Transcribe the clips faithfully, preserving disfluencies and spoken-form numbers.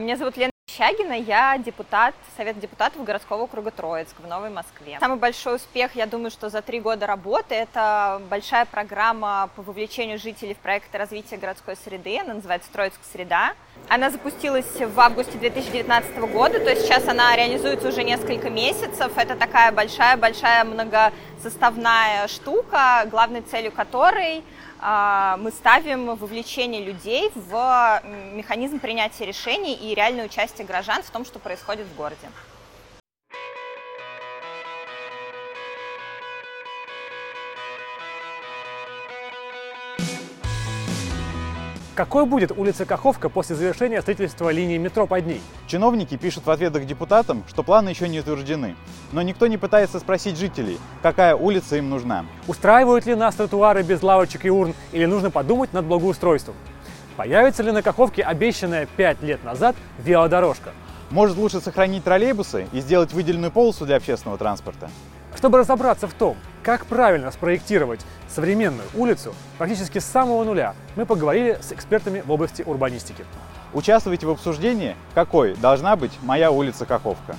Меня зовут Лена Щагина, я депутат Совета депутатов городского округа Троицк в Новой Москве. Самый большой успех, я думаю, что за три года работы, это большая программа по вовлечению жителей в проекты развития городской среды, она называется «Троицк среда». Она запустилась в августе две тысячи девятнадцатого года, то есть сейчас она реализуется уже несколько месяцев. Это такая большая-большая многосоставная штука, главной целью которой мы ставим вовлечение людей в механизм принятия решений и реальное участие горожан в том, что происходит в городе. Какой будет улица Каховка после завершения строительства линии метро под ней? Чиновники пишут в ответах депутатам, что планы еще не утверждены. Но никто не пытается спросить жителей, какая улица им нужна. Устраивают ли нас тротуары без лавочек и урн, или нужно подумать над благоустройством? Появится ли на Каховке обещанная пять лет назад велодорожка? Может, лучше сохранить троллейбусы и сделать выделенную полосу для общественного транспорта? Чтобы разобраться в том, как правильно спроектировать современную улицу, практически с самого нуля, мы поговорили с экспертами в области урбанистики. Участвуйте в обсуждении, какой должна быть моя улица Каховка.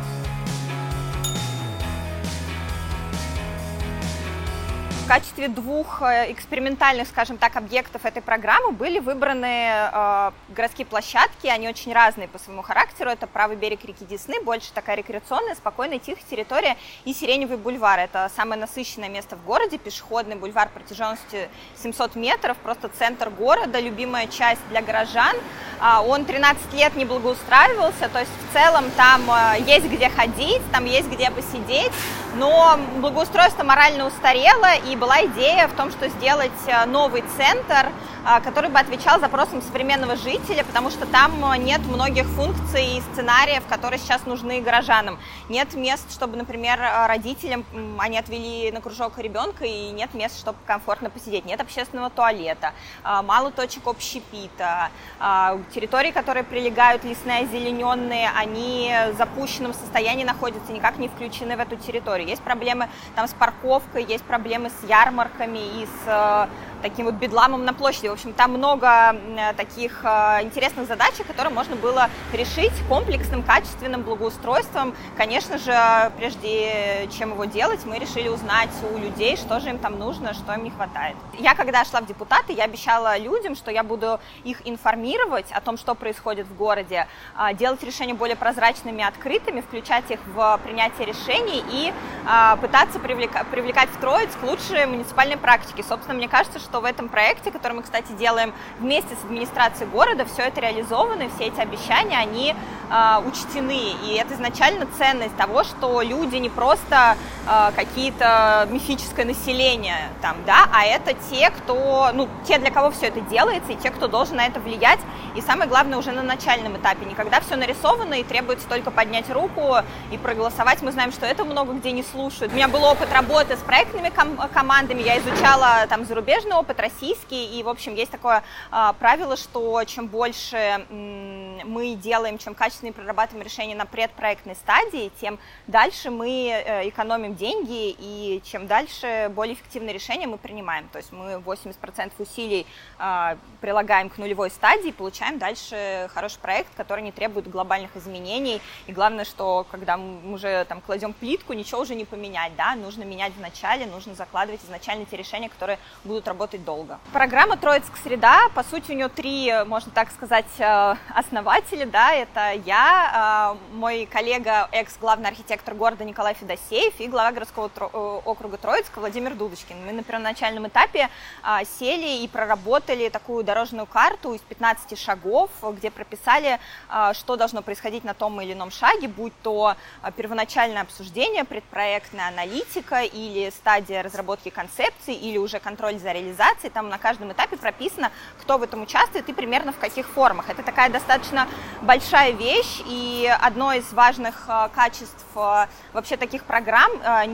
В качестве двух экспериментальных, скажем так, объектов этой программы были выбраны э, городские площадки. Они очень разные по своему характеру. Это правый берег реки Десны, больше такая рекреационная, спокойная, тихая территория, и Сиреневый бульвар. Это самое насыщенное место в городе, пешеходный бульвар протяженностью семьсот метров, просто центр города, любимая часть для горожан. Э, он тринадцать лет не благоустраивался, то есть в целом там э, есть где ходить, там есть где посидеть, но благоустройство морально устарело, и была идея в том, что сделать новый центр, который бы отвечал запросам современного жителя, потому что там нет многих функций и сценариев, которые сейчас нужны горожанам. Нет мест, чтобы, например, родителям они отвели на кружок ребенка, и нет мест, чтобы комфортно посидеть. Нет общественного туалета, мало точек общепита. Территории, которые прилегают, лесные, озелененные, они в запущенном состоянии находятся, никак не включены в эту территорию. Есть проблемы там с парковкой, есть проблемы с ярмарками и с таким вот бедламом на площади. В общем, там много таких интересных задач, которые можно было решить комплексным, качественным благоустройством. Конечно же, прежде чем его делать, мы решили узнать у людей, что же им там нужно, что им не хватает. Я, когда шла в депутаты, я обещала людям, что я буду их информировать о том, что происходит в городе, делать решения более прозрачными, открытыми, включать их в принятие решений и пытаться привлекать, привлекать в Троицк лучшие муниципальные практики. Собственно, мне кажется, что в этом проекте, который мы, кстати, делаем вместе с администрацией города, все это реализовано, и все эти обещания, они э, учтены. И это изначально ценность того, что люди не просто э, какие-то мифическое население, там, да, а это те, кто, ну, те, для кого все это делается, и те, кто должен на это влиять. И самое главное, уже на начальном этапе, не когда все нарисовано и требуется только поднять руку и проголосовать. Мы знаем, что это много где не слушают. У меня был опыт работы с проектными ком- командами, я изучала там зарубежный опыт, российский, и, в общем, есть такое а, правило, что чем больше м, мы делаем, чем качественнее прорабатываем решения на предпроектной стадии, тем дальше мы э, экономим деньги, и чем дальше более эффективные решения мы принимаем. То есть мы восемьдесят процентов усилий э, прилагаем к нулевой стадии, получаем дальше хороший проект, который не требует глобальных изменений. И главное, что когда мы уже там кладем плитку, ничего уже не поменять, да, нужно менять в начале, нужно закладывать изначально те решения, которые будут работать долго. Программа «Троицк среда», по сути, у нее три, можно так сказать, основателя, да, это я, мой коллега, экс-главный архитектор города Николай Федосеев и глава городского округа Троицка Владимир Дудочкин. Мы на первоначальном этапе сели и проработали такую дорожную карту из пятнадцати шагов, где прописали, что должно происходить на том или ином шаге, будь то первоначальное обсуждение, предпроектная аналитика или стадия разработки концепции, или уже контроль за реализацией. Там на каждом этапе прописано, кто в этом участвует и примерно в каких формах. Это такая достаточно большая вещь, и одно из важных качеств вообще таких программ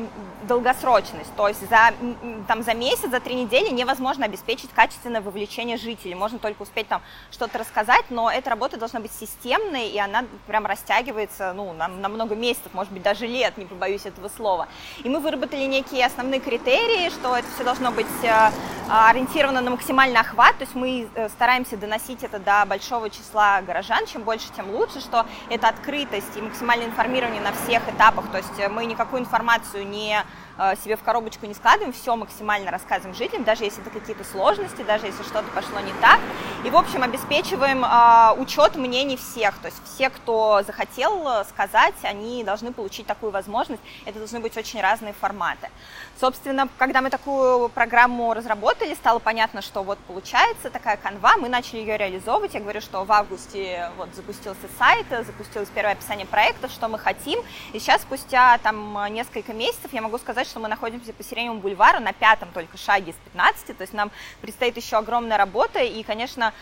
– долгосрочность. То есть за, там, за месяц, за три недели невозможно обеспечить качественное вовлечение жителей. Можно только успеть там что-то рассказать, но эта работа должна быть системной, и она прям растягивается ну, на, на много месяцев, может быть, даже лет, не побоюсь этого слова. И мы выработали некие основные критерии, что это все должно быть ориентировано на максимальный охват, то есть мы стараемся доносить это до большого числа горожан. горожан, чем больше, тем лучше, что это открытость и максимальное информирование на всех этапах, то есть мы никакую информацию не себе в коробочку не складываем, все максимально рассказываем жителям, даже если это какие-то сложности, даже если что-то пошло не так. И, в общем, обеспечиваем э, учет мнений всех. То есть все, кто захотел сказать, они должны получить такую возможность. Это должны быть очень разные форматы. Собственно, когда мы такую программу разработали, стало понятно, что вот получается такая канва, мы начали ее реализовывать. Я говорю, что в августе вот запустился сайт, запустилось первое описание проекта, что мы хотим. И сейчас, спустя там несколько месяцев, я могу сказать, что мы находимся по Сиреневому бульвару на пятом только шаге из пятнадцати, то есть нам предстоит еще огромная работа, и, конечно,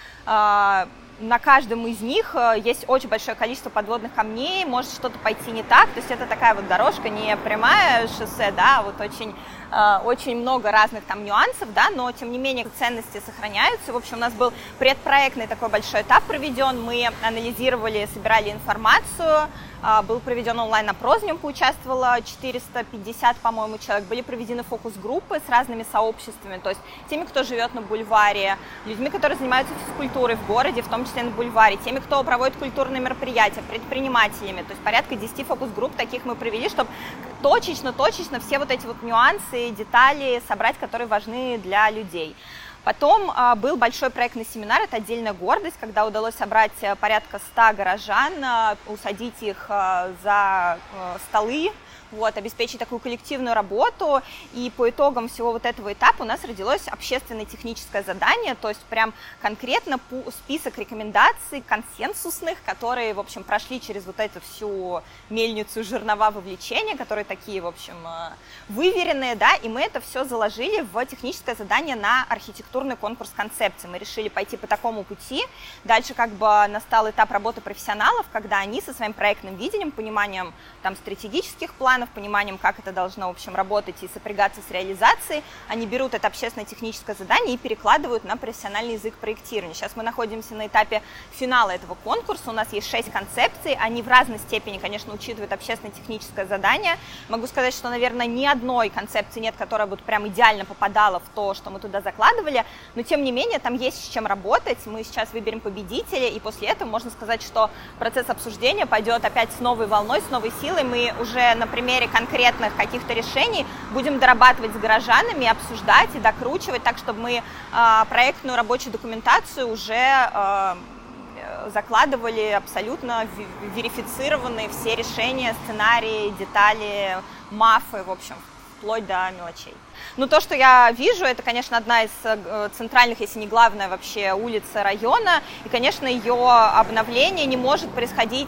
на каждом из них есть очень большое количество подводных камней, может что-то пойти не так, то есть это такая вот дорожка, не прямая шоссе, да, а вот очень, очень много разных там нюансов, да, но тем не менее ценности сохраняются. В общем, у нас был предпроектный такой большой этап проведен, мы анализировали, собирали информацию, был проведен онлайн-опрос, в нем поучаствовало четыреста пятьдесят, по-моему, человек, были проведены фокус-группы с разными сообществами, то есть теми, кто живет на бульваре, людьми, которые занимаются физкультурой в городе, в том числе на бульваре, теми, кто проводит культурные мероприятия, предпринимателями, то есть порядка десяти фокус-групп таких мы провели, чтобы точечно-точечно все вот эти вот нюансы, детали собрать, которые важны для людей. Потом а, был большой проектный семинар, это отдельная гордость, когда удалось собрать порядка ста горожан, а, усадить их а, за а, столы, вот, обеспечить такую коллективную работу, и по итогам всего вот этого этапа у нас родилось общественное техническое задание, то есть прям конкретно список рекомендаций консенсусных, которые, в общем, прошли через вот эту всю мельницу жернова вовлечения, которые такие, в общем, выверенные, да, и мы это все заложили в техническое задание на архитектурный конкурс концепции. Мы решили пойти по такому пути, дальше как бы настал этап работы профессионалов, когда они со своим проектным видением, пониманием там стратегических планов, пониманием, как это должно, в общем, работать и сопрягаться с реализацией, они берут это общественно-техническое задание и перекладывают на профессиональный язык проектирования. Сейчас мы находимся на этапе финала этого конкурса, у нас есть шесть концепций, они в разной степени, конечно, учитывают общественно-техническое задание. Могу сказать, что, наверное, ни одной концепции нет, которая бы прям идеально попадала в то, что мы туда закладывали, но, тем не менее, там есть с чем работать, мы сейчас выберем победителя, и после этого можно сказать, что процесс обсуждения пойдет опять с новой волной, с новой силой, мы уже, например, конкретных каких-то решений будем дорабатывать с горожанами, обсуждать и докручивать так, чтобы мы э, проектную рабочую документацию уже э, закладывали абсолютно верифицированные все решения, сценарии, детали, мафы, в общем, вплоть до мелочей. Ну, то, что я вижу, это, конечно, одна из центральных, если не главная вообще улица района, и, конечно, ее обновление не может происходить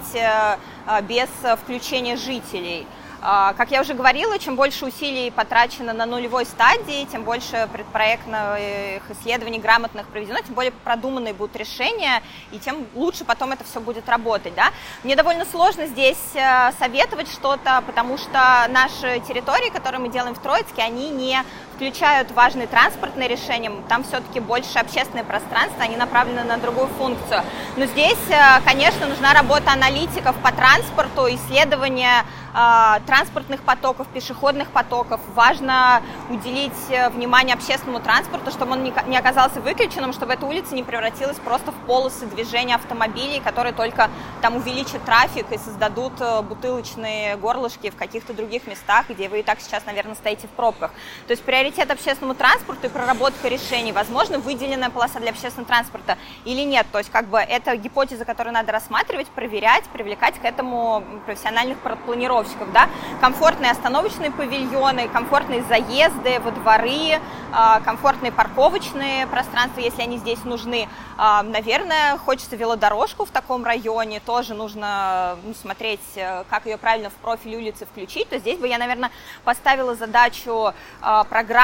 без включения жителей. Как я уже говорила, чем больше усилий потрачено на нулевой стадии, тем больше предпроектных исследований грамотных проведено, тем более продуманные будут решения, и тем лучше потом это все будет работать. Да? Мне довольно сложно здесь советовать что-то, потому что наши территории, которые мы делаем в Троицке, они не включают важные транспортные решения, там все-таки больше общественное пространство, они направлены на другую функцию. Но здесь, конечно, нужна работа аналитиков по транспорту, исследование э, транспортных потоков, пешеходных потоков. Важно уделить внимание общественному транспорту, чтобы он не оказался выключенным, чтобы эта улица не превратилась просто в полосы движения автомобилей, которые только там увеличат трафик и создадут бутылочные горлышки в каких-то других местах, где вы и так сейчас, наверное, стоите в пробках. То есть приоритет общественному транспорту и проработка решений. Возможно, выделенная полоса для общественного транспорта или нет. То есть, как бы, это гипотеза, которую надо рассматривать, проверять, привлекать к этому профессиональных планировщиков. Да? Комфортные остановочные павильоны, комфортные заезды во дворы, комфортные парковочные пространства, если они здесь нужны. Наверное, хочется велодорожку в таком районе, тоже нужно ну, смотреть, как ее правильно в профиль улицы включить. То здесь бы я, наверное, поставила задачу программы,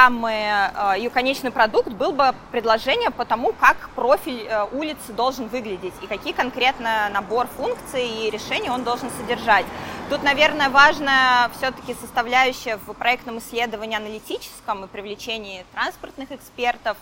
ее конечный продукт был бы предложение по тому, как профиль улицы должен выглядеть и какие конкретно набор функций и решений он должен содержать. Тут, наверное, важная все-таки составляющая в проектном исследовании аналитическом и привлечении транспортных экспертов,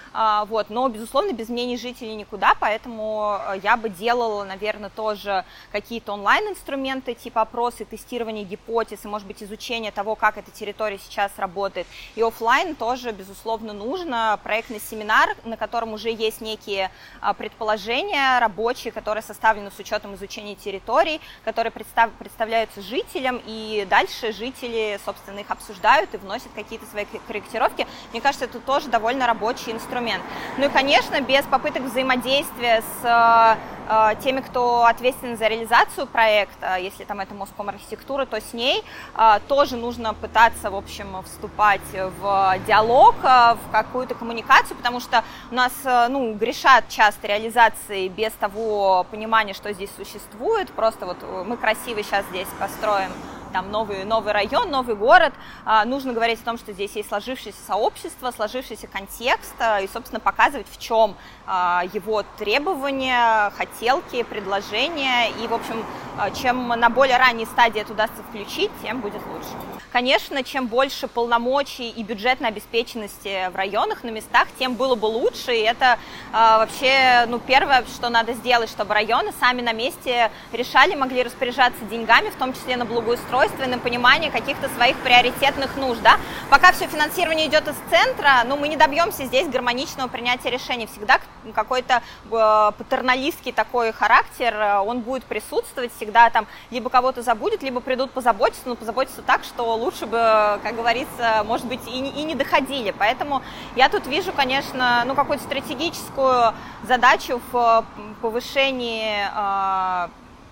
вот, но, безусловно, без мнений жителей никуда, поэтому я бы делала, наверное, тоже какие-то онлайн-инструменты, типа опросы, тестирование гипотез, и, может быть, изучение того, как эта территория сейчас работает. И офлайн тоже, безусловно, нужно. Проектный семинар, на котором уже есть некие предположения рабочие, которые составлены с учетом изучения территорий, которые представ, представляются жителям, и дальше жители, собственно, их обсуждают и вносят какие-то свои корректировки. Мне кажется, это тоже довольно рабочий инструмент. Ну и, конечно, без попыток взаимодействия с э, теми, кто ответственен за реализацию проекта, если там это Москомархитектура, то с ней э, тоже нужно пытаться, в общем, вступать в диалог, э, в какую-то коммуникацию, потому что у нас, э, ну, грешат часто реализации без того понимания, что здесь существует. Просто вот мы красиво сейчас здесь построим там новый, новый район, новый город, а, нужно говорить о том, что здесь есть сложившееся сообщество, сложившийся контекст, а, и, собственно, показывать, в чем а, его требования, хотелки, предложения, и, в общем, а, чем на более ранней стадии это удастся включить, тем будет лучше. Конечно, чем больше полномочий и бюджетной обеспеченности в районах, на местах, тем было бы лучше, и это а, вообще, ну, первое, что надо сделать, чтобы районы сами на месте решали, могли распоряжаться деньгами, в том числе на благоустройство, и на понимание каких-то своих приоритетных нужд. Да? Пока все финансирование идет из центра, ну, мы не добьемся здесь гармоничного принятия решений. Всегда какой-то э, патерналистский такой характер, он будет присутствовать, всегда там либо кого-то забудет, либо придут позаботиться, но позаботиться так, что лучше бы, как говорится, может быть, и, и не доходили. Поэтому я тут вижу, конечно, ну, какую-то стратегическую задачу в повышении э,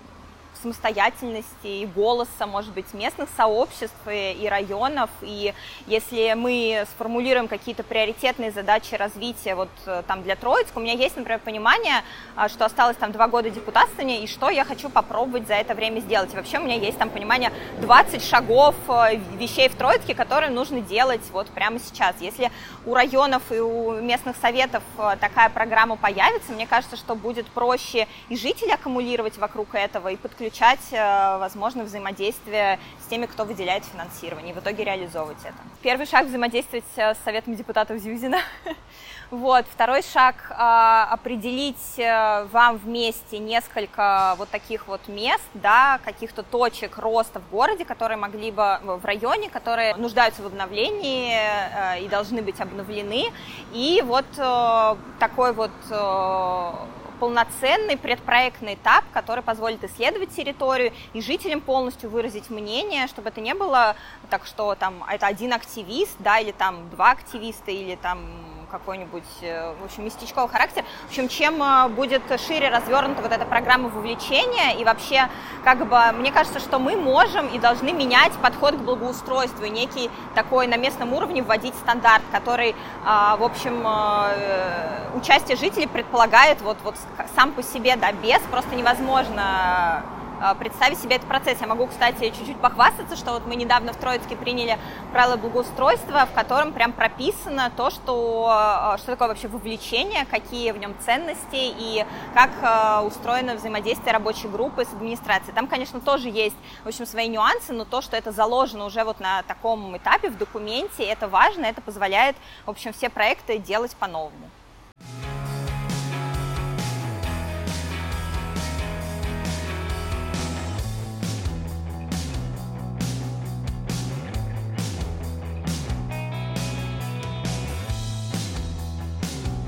самостоятельности и голоса, может быть, местных сообществ и, и районов. И если мы сформулируем какие-то приоритетные задачи развития вот там для Троицка, у меня есть, например, понимание, что осталось там два года депутатствования, и что я хочу попробовать за это время сделать. И вообще у меня есть там понимание двадцать шагов вещей в Троицке, которые нужно делать вот прямо сейчас. Если у районов и у местных советов такая программа появится, мне кажется, что будет проще и жителей аккумулировать вокруг этого, и подключать возможно взаимодействие с теми, кто выделяет финансирование, и в итоге реализовывать это. Первый шаг — взаимодействовать с Советом депутатов Зюзина. Вот. Второй шаг — определить вам вместе несколько вот таких вот мест, да, каких-то точек роста в городе, которые могли бы в районе, которые нуждаются в обновлении и должны быть обновлены. И вот такой вот полноценный предпроектный этап, который позволит исследовать территорию и жителям полностью выразить мнение, чтобы это не было так, что там это один активист, да, или там два активиста, или там какой-нибудь, в общем, местечковый характер. В общем, чем будет шире развернута вот эта программа вовлечения, и вообще, как бы, мне кажется, что мы можем и должны менять подход к благоустройству, и некий такой на местном уровне вводить стандарт, который, в общем, участие жителей предполагает вот, вот сам по себе, да, без, просто невозможно представить себе этот процесс. Я могу, кстати, чуть-чуть похвастаться, что вот мы недавно в Троицке приняли правила благоустройства, в котором прям прописано то, что, что такое вообще вовлечение, какие в нем ценности и как устроено взаимодействие рабочей группы с администрацией. Там, конечно, тоже есть, в общем, свои нюансы, но то, что это заложено уже вот на таком этапе в документе, это важно, это позволяет, в общем, все проекты делать по-новому.